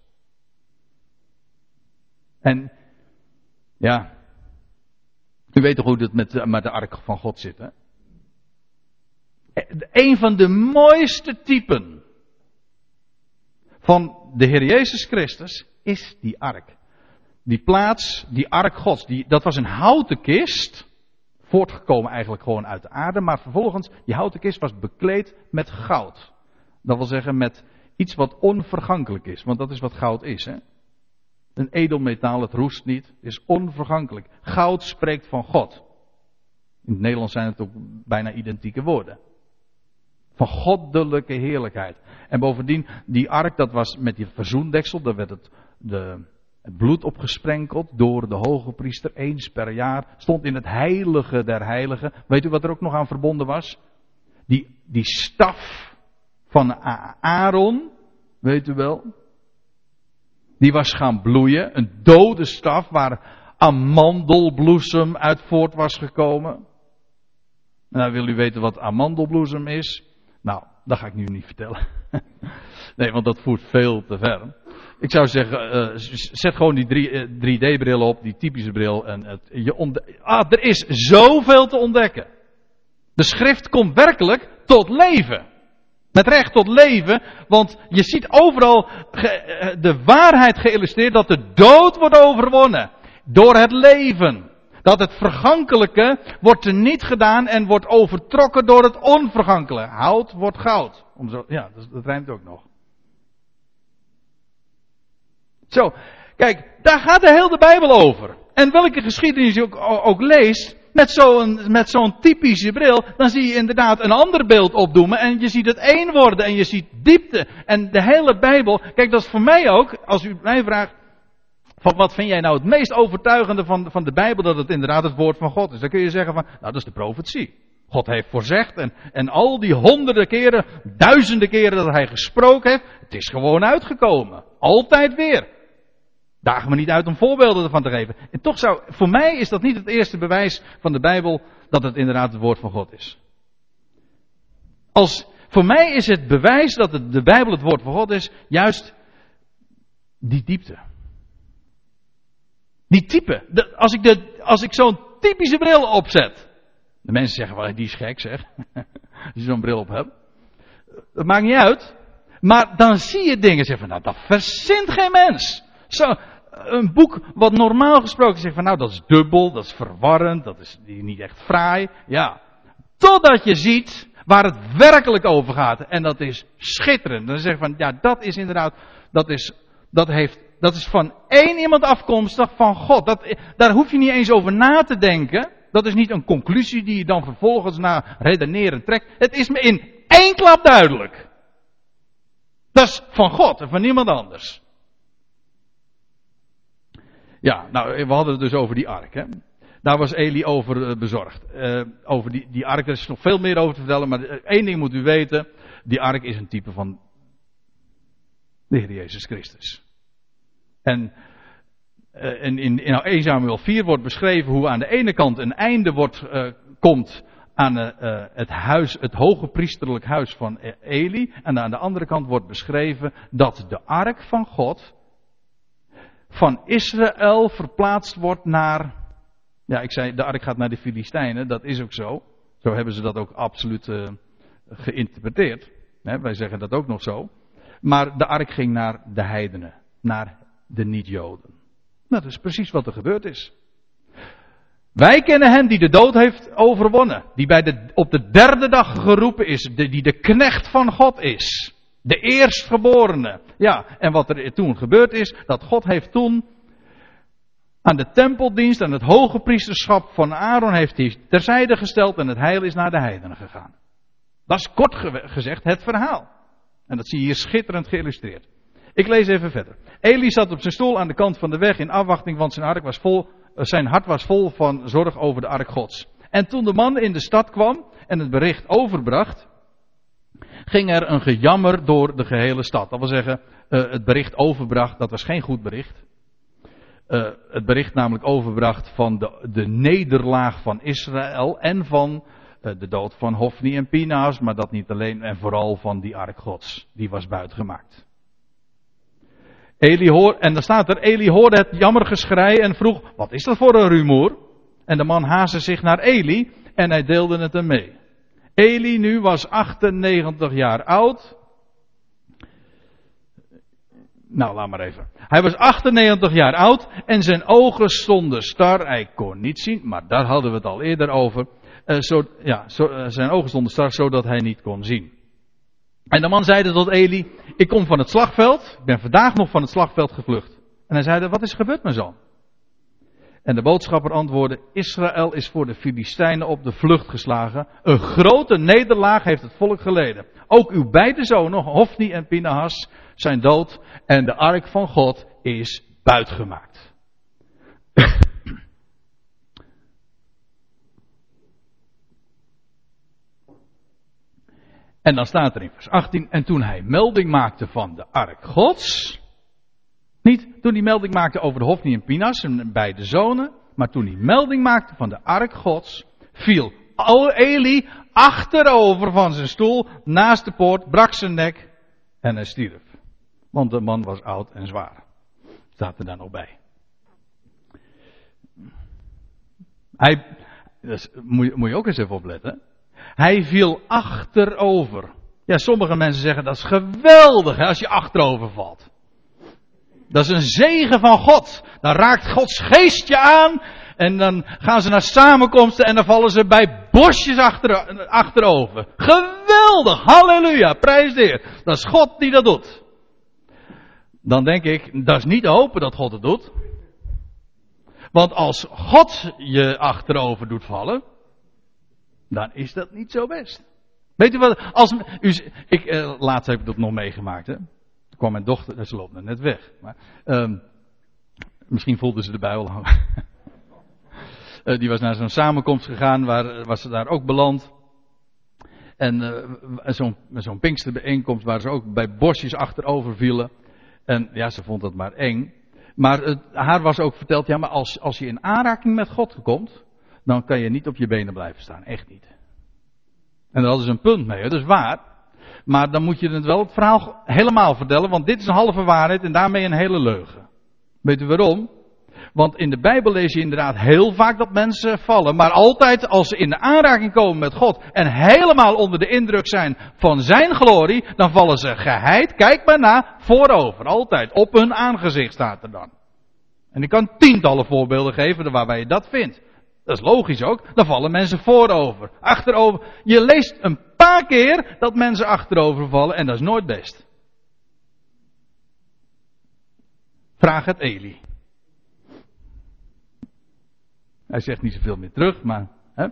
En, ja. U weet toch hoe het met, met de ark van God zit, hè? Een van de mooiste typen van de Heer Jezus Christus is die ark. Die plaats, die ark Gods, die, dat was een houten kist. Voortgekomen eigenlijk gewoon uit de aarde. Maar vervolgens, die houten kist was bekleed met goud. Dat wil zeggen met iets wat onvergankelijk is. Want dat is wat goud is, hè. Een edelmetaal, het roest niet, het is onvergankelijk. Goud spreekt van God. In het Nederlands zijn het ook bijna identieke woorden. Van goddelijke heerlijkheid. En bovendien, die ark, dat was met die verzoendeksel, daar werd het, de, het bloed opgesprenkeld door de hoge priester eens per jaar. Stond in het heilige der heiligen. Weet u wat er ook nog aan verbonden was? Die, die staf van Aaron, weet u wel? Die was gaan bloeien. Een dode staf waar amandelbloesem uit voort was gekomen. Nou, wil u weten wat amandelbloesem is? Nou, dat ga ik nu niet vertellen. Nee, want dat voert veel te ver. Ik zou zeggen, uh, zet gewoon die drie D-bril op, die typische bril. En het, je ontde- ah, er is zoveel te ontdekken. De schrift komt werkelijk tot leven. Met recht tot leven, want je ziet overal ge, de waarheid geïllustreerd dat de dood wordt overwonnen. Door het leven. Dat het vergankelijke wordt teniet gedaan en wordt overtrokken door het onvergankelijke. Hout wordt goud. Om zo, ja, dat, dat rijmt ook nog. Zo, kijk, daar gaat de hele Bijbel over. En welke geschiedenis je ook, ook leest, met zo'n, met zo'n typische bril, dan zie je inderdaad een ander beeld opdoemen. En je ziet het één worden en je ziet diepte. En de hele Bijbel, kijk, dat is voor mij ook, als u mij vraagt, van wat vind jij nou het meest overtuigende van, van de Bijbel, dat het inderdaad het woord van God is. Dan kun je zeggen van, nou dat is de profetie. God heeft voorzegd en, en al die honderden keren, duizenden keren dat hij gesproken heeft, het is gewoon uitgekomen. Altijd weer. Dagen me niet uit om voorbeelden ervan te geven. En toch zou, voor mij is dat niet het eerste bewijs van de Bijbel dat het inderdaad het woord van God is. Als, voor mij is het bewijs dat het, de Bijbel het woord van God is, juist die diepte. Die type. De, als ik, de, als ik zo'n typische bril opzet. De mensen zeggen wel, die is gek zeg. Als je zo'n bril op hebt. Dat maakt niet uit. Maar dan zie je dingen zeggen van, nou dat verzint geen mens. Zo, een boek wat normaal gesproken zegt van, nou dat is dubbel, dat is verwarrend, dat is niet echt fraai. Ja. Totdat je ziet waar het werkelijk over gaat. En dat is schitterend. Dan zeg je van, ja dat is inderdaad, dat is, dat heeft, dat is van één iemand afkomstig van God. Dat, daar hoef je niet eens over na te denken. Dat is niet een conclusie die je dan vervolgens na redeneren trekt. Het is me in één klap duidelijk. Dat is van God en van niemand anders. Ja, nou, we hadden het dus over die ark, hè. Daar was Eli over uh, bezorgd. Uh, over die, die ark, er is nog veel meer over te vertellen, maar uh, één ding moet u weten. Die ark is een type van de Heer Jezus Christus. En uh, in, in, in één Samuel vier wordt beschreven hoe aan de ene kant een einde wordt, uh, komt aan uh, uh, het huis, het hoge priesterlijk huis van Eli. En aan de andere kant wordt beschreven dat de ark van God van Israël verplaatst wordt naar... Ja, ik zei, de ark gaat naar de Filistijnen. Dat is ook zo. Zo hebben ze dat ook absoluut uh, geïnterpreteerd. He, wij zeggen dat ook nog zo. Maar de ark ging naar de heidenen. Naar de niet-Joden. Nou, dat is precies wat er gebeurd is. Wij kennen hem die de dood heeft overwonnen. Die bij de, op de derde dag geroepen is. De, die de knecht van God is. De eerstgeborene. Ja, en wat er toen gebeurd is. Dat God heeft toen aan de tempeldienst, aan het hoge priesterschap van Aaron heeft hij terzijde gesteld. En het heil is naar de heidenen gegaan. Dat is kort ge- gezegd het verhaal. En dat zie je hier schitterend geïllustreerd. Ik lees even verder. Eli zat op zijn stoel aan de kant van de weg in afwachting, want zijn, ark was vol, zijn hart was vol van zorg over de ark Gods. En toen de man in de stad kwam en het bericht overbracht, ging er een gejammer door de gehele stad. Dat wil zeggen, uh, het bericht overbracht, dat was geen goed bericht. Uh, het bericht namelijk overbracht van de, de nederlaag van Israël en van uh, de dood van Hofni en Pinhas, maar dat niet alleen en vooral van die ark Gods. Die was buitgemaakt. Eli hoor, en dan staat er, Eli hoorde het jammergeschrei en vroeg, wat is dat voor een rumoer? En de man haastte zich naar Eli en hij deelde het hem mee. Eli nu was achtennegentig jaar oud. Nou, laat maar even. Hij was achtennegentig jaar oud en zijn ogen stonden star. Hij kon niet zien, maar daar hadden we het al eerder over. Uh, zo, ja, zo, uh, zijn ogen stonden star zodat hij niet kon zien. En de man zeide tot Eli, ik kom van het slagveld. Ik ben vandaag nog van het slagveld gevlucht. En hij zeide, wat is er gebeurd, mijn zoon? En de boodschapper antwoordde, Israël is voor de Filistijnen op de vlucht geslagen. Een grote nederlaag heeft het volk geleden. Ook uw beide zonen, Hofni en Pinhas, zijn dood. En de ark van God is buitgemaakt. En dan staat er in vers achttien, en toen hij melding maakte van de ark Gods, niet toen hij melding maakte over de Hofni en Pinhas, zijn beide zonen, maar toen hij melding maakte van de ark Gods, viel Eli achterover van zijn stoel, naast de poort, brak zijn nek en hij stierf. Want de man was oud en zwaar. Staat er dan nog bij. Hij, dat moet je, moet je ook eens even opletten. Hij viel achterover. Ja, sommige mensen zeggen dat is geweldig hè, als je achterover valt. Dat is een zegen van God. Dan raakt Gods geest je aan. En dan gaan ze naar samenkomsten en dan vallen ze bij bosjes achter, achterover. Geweldig, halleluja, prijs de Heer. Dat is God die dat doet. Dan denk ik, dat is niet te hopen dat God het doet. Want als God je achterover doet vallen, dan is dat niet zo best. Weet u wat, als, u, ik, eh, laatst heb ik dat nog meegemaakt, hè. Toen kwam mijn dochter, ze loopt net weg. Maar, um, misschien voelde ze de bui al hangen. uh, die was naar zo'n samenkomst gegaan, waar was ze daar ook beland. En uh, zo'n, zo'n Pinksterbijeenkomst waar ze ook bij bosjes achterover vielen. En ja, ze vond dat maar eng. Maar het, haar was ook verteld, ja, maar als, als je in aanraking met God komt, dan kan je niet op je benen blijven staan. Echt niet. En daar hadden ze een punt mee, hè? Dat is waar. Maar dan moet je het wel het verhaal helemaal vertellen, want dit is een halve waarheid en daarmee een hele leugen. Weet u waarom? Want in de Bijbel lees je inderdaad heel vaak dat mensen vallen, maar altijd als ze in de aanraking komen met God en helemaal onder de indruk zijn van zijn glorie, dan vallen ze geheid, kijk maar na, voorover. Altijd. Op hun aangezicht staat er dan. En ik kan tientallen voorbeelden geven waarbij je dat vindt. Dat is logisch ook. Dan vallen mensen voorover, achterover. Je leest een paar keer dat mensen achterover vallen en dat is nooit best. Vraag het Eli. Hij zegt niet zoveel meer terug, maar... Hè?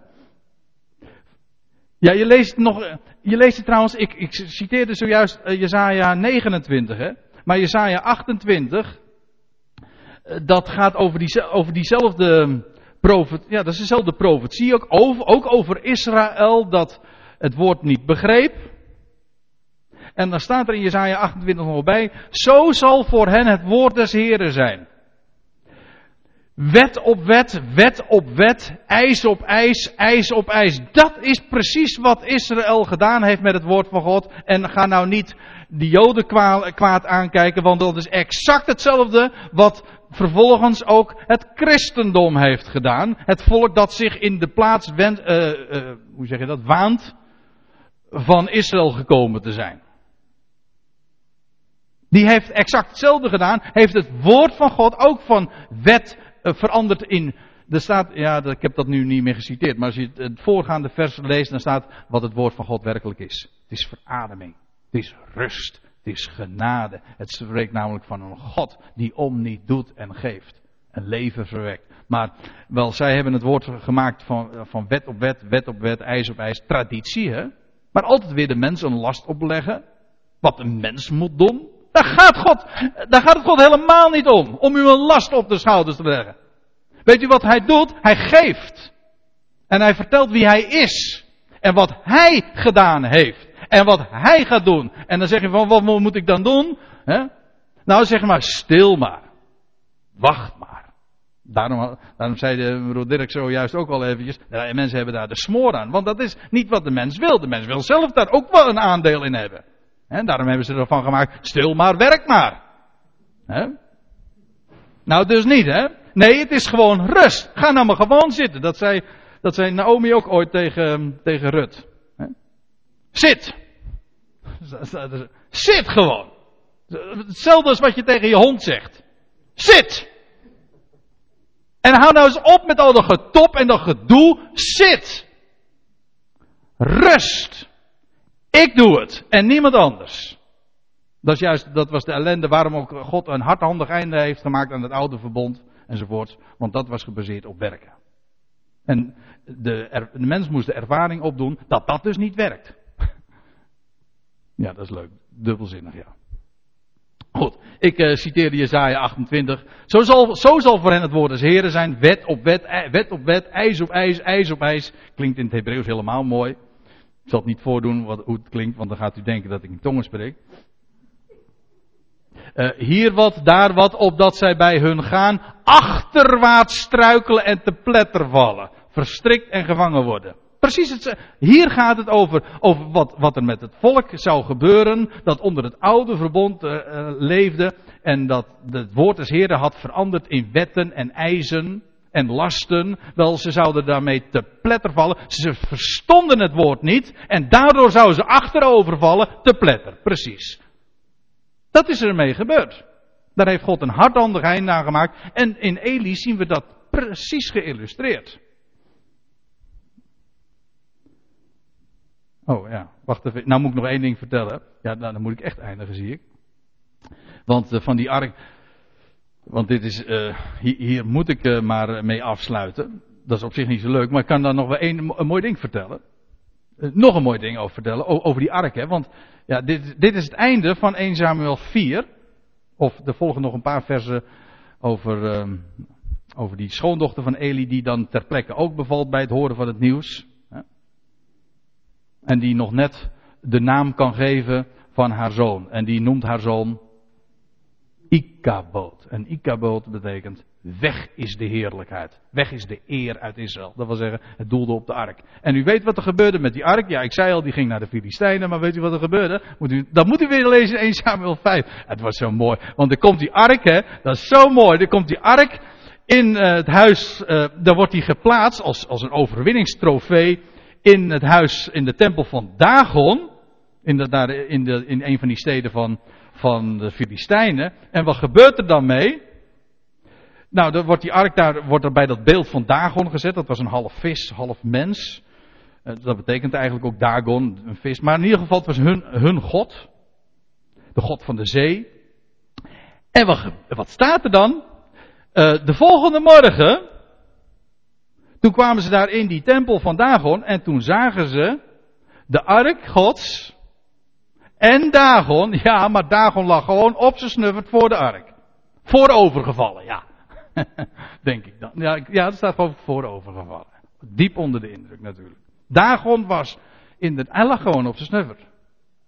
Ja, je leest nog... Je leest het trouwens... Ik, ik citeerde zojuist uh, Jesaja negenentwintig, hè. Maar Jesaja achtentwintig... Uh, dat gaat over, die, over diezelfde... Profet, ja, dat is dezelfde profetie. Ook over, ook over Israël dat het woord niet begreep. En dan staat er in Jesaja achtentwintig nog bij... Zo zal voor hen het woord des Heren zijn. Wet op wet, wet op wet, ijs op ijs, ijs op ijs. Dat is precies wat Israël gedaan heeft met het woord van God. En ga nou niet de Joden kwaad aankijken, want dat is exact hetzelfde wat vervolgens ook het christendom heeft gedaan. Het volk dat zich in de plaats wend, uh, uh, hoe zeg je dat, waant van Israël gekomen te zijn. Die heeft exact hetzelfde gedaan, heeft het woord van God ook van wet uh, veranderd in... Er staat, ja, ik heb dat nu niet meer geciteerd, maar als je het voorgaande vers leest, dan staat wat het woord van God werkelijk is. Het is verademing, het is rust, het is genade. Het spreekt namelijk van een God die om niet doet en geeft. Een leven verwekt. Maar wel, zij hebben het woord gemaakt van, van wet op wet, wet op wet, ijs op ijs, traditie, hè. Maar altijd weer de mens een last opleggen. Wat een mens moet doen. Daar gaat God, daar gaat het God helemaal niet om. Om u een last op de schouders te leggen. Weet u wat hij doet? Hij geeft. En hij vertelt wie hij is. En wat hij gedaan heeft. En wat hij gaat doen. En dan zeg je van, wat moet ik dan doen? He? Nou zeg maar, stil maar. Wacht maar. Daarom, daarom zei de broer Dirk zojuist ook al eventjes. Ja, mensen hebben daar de smoor aan. Want dat is niet wat de mens wil. De mens wil zelf daar ook wel een aandeel in hebben. En daarom hebben ze ervan gemaakt, stil maar, werk maar. He? Nou dus niet, hè. Nee, het is gewoon rust. Ga nou maar gewoon zitten. Dat zei, dat zei Naomi ook ooit tegen, tegen Rut. He? Zit. Zit gewoon. Hetzelfde als wat je tegen je hond zegt. Zit. En hou nou eens op met al dat getop en dat gedoe. Zit. Rust. Ik doe het. En niemand anders. Dat, is juist, dat was de ellende waarom ook God een hardhandig einde heeft gemaakt aan het oude verbond. Enzovoort. Want dat was gebaseerd op werken. En de, er, de mens moest de ervaring opdoen dat dat dus niet werkt. Ja, dat is leuk. Dubbelzinnig, ja. Goed, ik uh, citeerde Jesaja achtentwintig. Zo zal, zo zal voor hen het woord des Heren zijn. Wet op wet, ij, wet op wet, ijs op ijs, ijs op ijs. Klinkt in het Hebreeuws helemaal mooi. Ik zal het niet voordoen wat, hoe het klinkt, want dan gaat u denken dat ik in tongen spreek. Uh, hier wat, daar wat, opdat zij bij hun gaan achterwaarts struikelen en te pletter vallen. Verstrikt en gevangen worden. Precies het, hier gaat het over, over wat, wat er met het volk zou gebeuren, dat onder het oude verbond uh, uh, leefde en dat het woord des Heren had veranderd in wetten en eisen en lasten. Wel, ze zouden daarmee te pletter vallen. Ze verstonden het woord niet en daardoor zouden ze achterover vallen te pletter. Precies. Dat is ermee gebeurd. Daar heeft God een hardhandig einde aan gemaakt en in Eli zien we dat precies geïllustreerd. Oh ja, wacht even. Nou moet ik nog één ding vertellen. Ja, nou, dan moet ik echt eindigen, zie ik. Want uh, van die ark. Want dit is. Uh, hier, hier moet ik uh, maar mee afsluiten. Dat is op zich niet zo leuk. Maar ik kan daar nog wel één een mooi ding vertellen. Uh, nog een mooi ding over vertellen. O, over die ark, hè. Want ja, dit, dit is het einde van Eerste Samuel vier. Of er volgen nog een paar versen over. Uh, over die schoondochter van Eli. Die dan ter plekke ook bevalt bij het horen van het nieuws. En die nog net de naam kan geven van haar zoon. En die noemt haar zoon Ichabod. En Ichabod betekent weg is de heerlijkheid. Weg is de eer uit Israël. Dat wil zeggen, het doelde op de ark. En u weet wat er gebeurde met die ark. Ja, ik zei al, die ging naar de Filistijnen. Maar weet u wat er gebeurde? Moet u, dat moet u weer lezen in Eerste Samuel vijf. Het was zo mooi. Want er komt die ark, hè. Dat is zo mooi. Er komt die ark in uh, het huis. Uh, daar wordt die geplaatst als, als een overwinningstrofee. In het huis, in de tempel van Dagon. In, de, daar, in, de, in een van die steden van, van de Filistijnen. En wat gebeurt er dan mee? Nou, dan wordt die ark daar, wordt er bij dat beeld van Dagon gezet. Dat was een half vis, half mens. Dat betekent eigenlijk ook Dagon, een vis. Maar in ieder geval, het was hun, hun god. De god van de zee. En wat, wat staat er dan? Uh, de volgende morgen. Toen kwamen ze daar in die tempel van Dagon en toen zagen ze de ark Gods en Dagon. Ja, maar Dagon lag gewoon op zijn snuffert voor de ark. Voorovergevallen, ja. Denk ik dan. Ja, ja, er staat gewoon voorovergevallen. Diep onder de indruk natuurlijk. Dagon was in de, hij lag gewoon op zijn snuffert.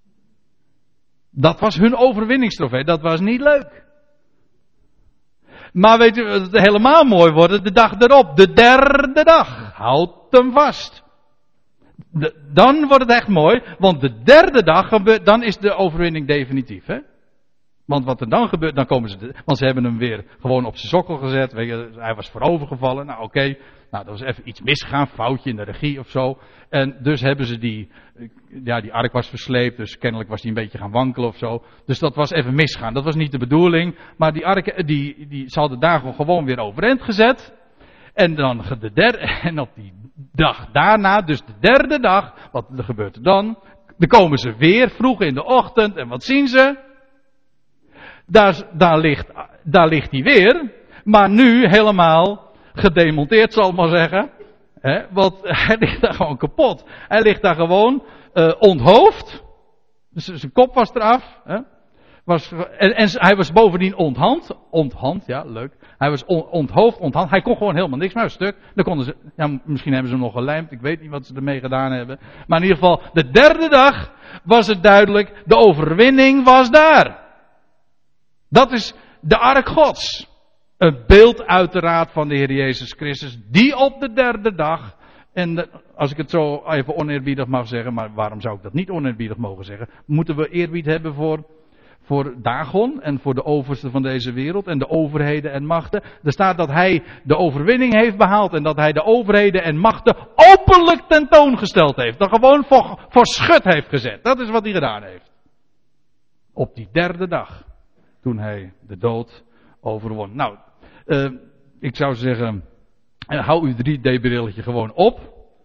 Dat was hun overwinningstrofee, dat was niet leuk. Maar weet u, het helemaal mooi wordt, de dag erop, de derde dag. Houd hem vast. De, dan wordt het echt mooi, want de derde dag gebeurt, dan is de overwinning definitief, hè? Want wat er dan gebeurt, dan komen ze, de, want ze hebben hem weer gewoon op zijn sokkel gezet. Weet je, hij was voorovergevallen. Nou, oké. Okay. Nou, dat was even iets misgegaan, foutje in de regie of zo. En dus hebben ze die, ja, die ark was versleept, dus kennelijk was die een beetje gaan wankelen of zo. Dus dat was even misgaan. Dat was niet de bedoeling. Maar die ark, die, die, ze hadden daar gewoon weer overeind gezet. En dan de derde, en op die dag daarna, dus de derde dag, wat gebeurt er dan? Dan komen ze weer vroeg in de ochtend en wat zien ze? Daar, daar, ligt, daar ligt hij weer, maar nu helemaal gedemonteerd, zal ik maar zeggen. He, want hij ligt daar gewoon kapot. Hij ligt daar gewoon uh, onthoofd. Dus zijn kop was eraf. He. Was, en, en hij was bovendien onthand. Onthand, ja, leuk. Hij was on, onthoofd, onthand. Hij kon gewoon helemaal niks meer, een stuk. Dan konden ze, ja, misschien hebben ze hem nog gelijmd. Ik weet niet wat ze ermee gedaan hebben. Maar in ieder geval, de derde dag was het duidelijk. De overwinning was daar. Dat is de ark Gods. Een beeld uiteraard van de Heer Jezus Christus. Die op de derde dag. En de, als ik het zo even oneerbiedig mag zeggen. Maar waarom zou ik dat niet oneerbiedig mogen zeggen? Moeten we eerbied hebben voor, voor Dagon. En voor de overste van deze wereld. En de overheden en machten. Er staat dat hij de overwinning heeft behaald. En dat hij de overheden en machten openlijk tentoongesteld heeft. Dat gewoon voor, voor schut heeft gezet. Dat is wat hij gedaan heeft. Op die derde dag. Toen hij de dood overwon. Nou, uh, ik zou zeggen, uh, hou uw drie D-brilletje gewoon op.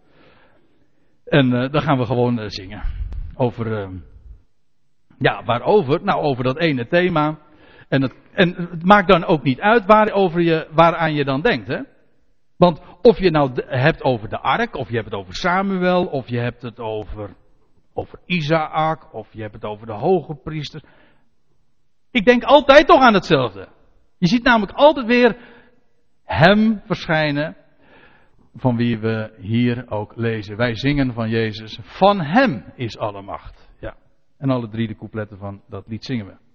En uh, dan gaan we gewoon uh, zingen. Over, uh, ja, waarover? Nou, over dat ene thema. En het, en het maakt dan ook niet uit waarover je, waaraan je dan denkt, hè. Want of je nou de, hebt over de ark, of je hebt het over Samuel, of je hebt het over, over Isaac, of je hebt het over de hoge priesters. Ik denk altijd toch aan hetzelfde. Je ziet namelijk altijd weer hem verschijnen, van wie we hier ook lezen. Wij zingen van Jezus, van hem is alle macht. Ja. En alle drie de coupletten van dat lied zingen we.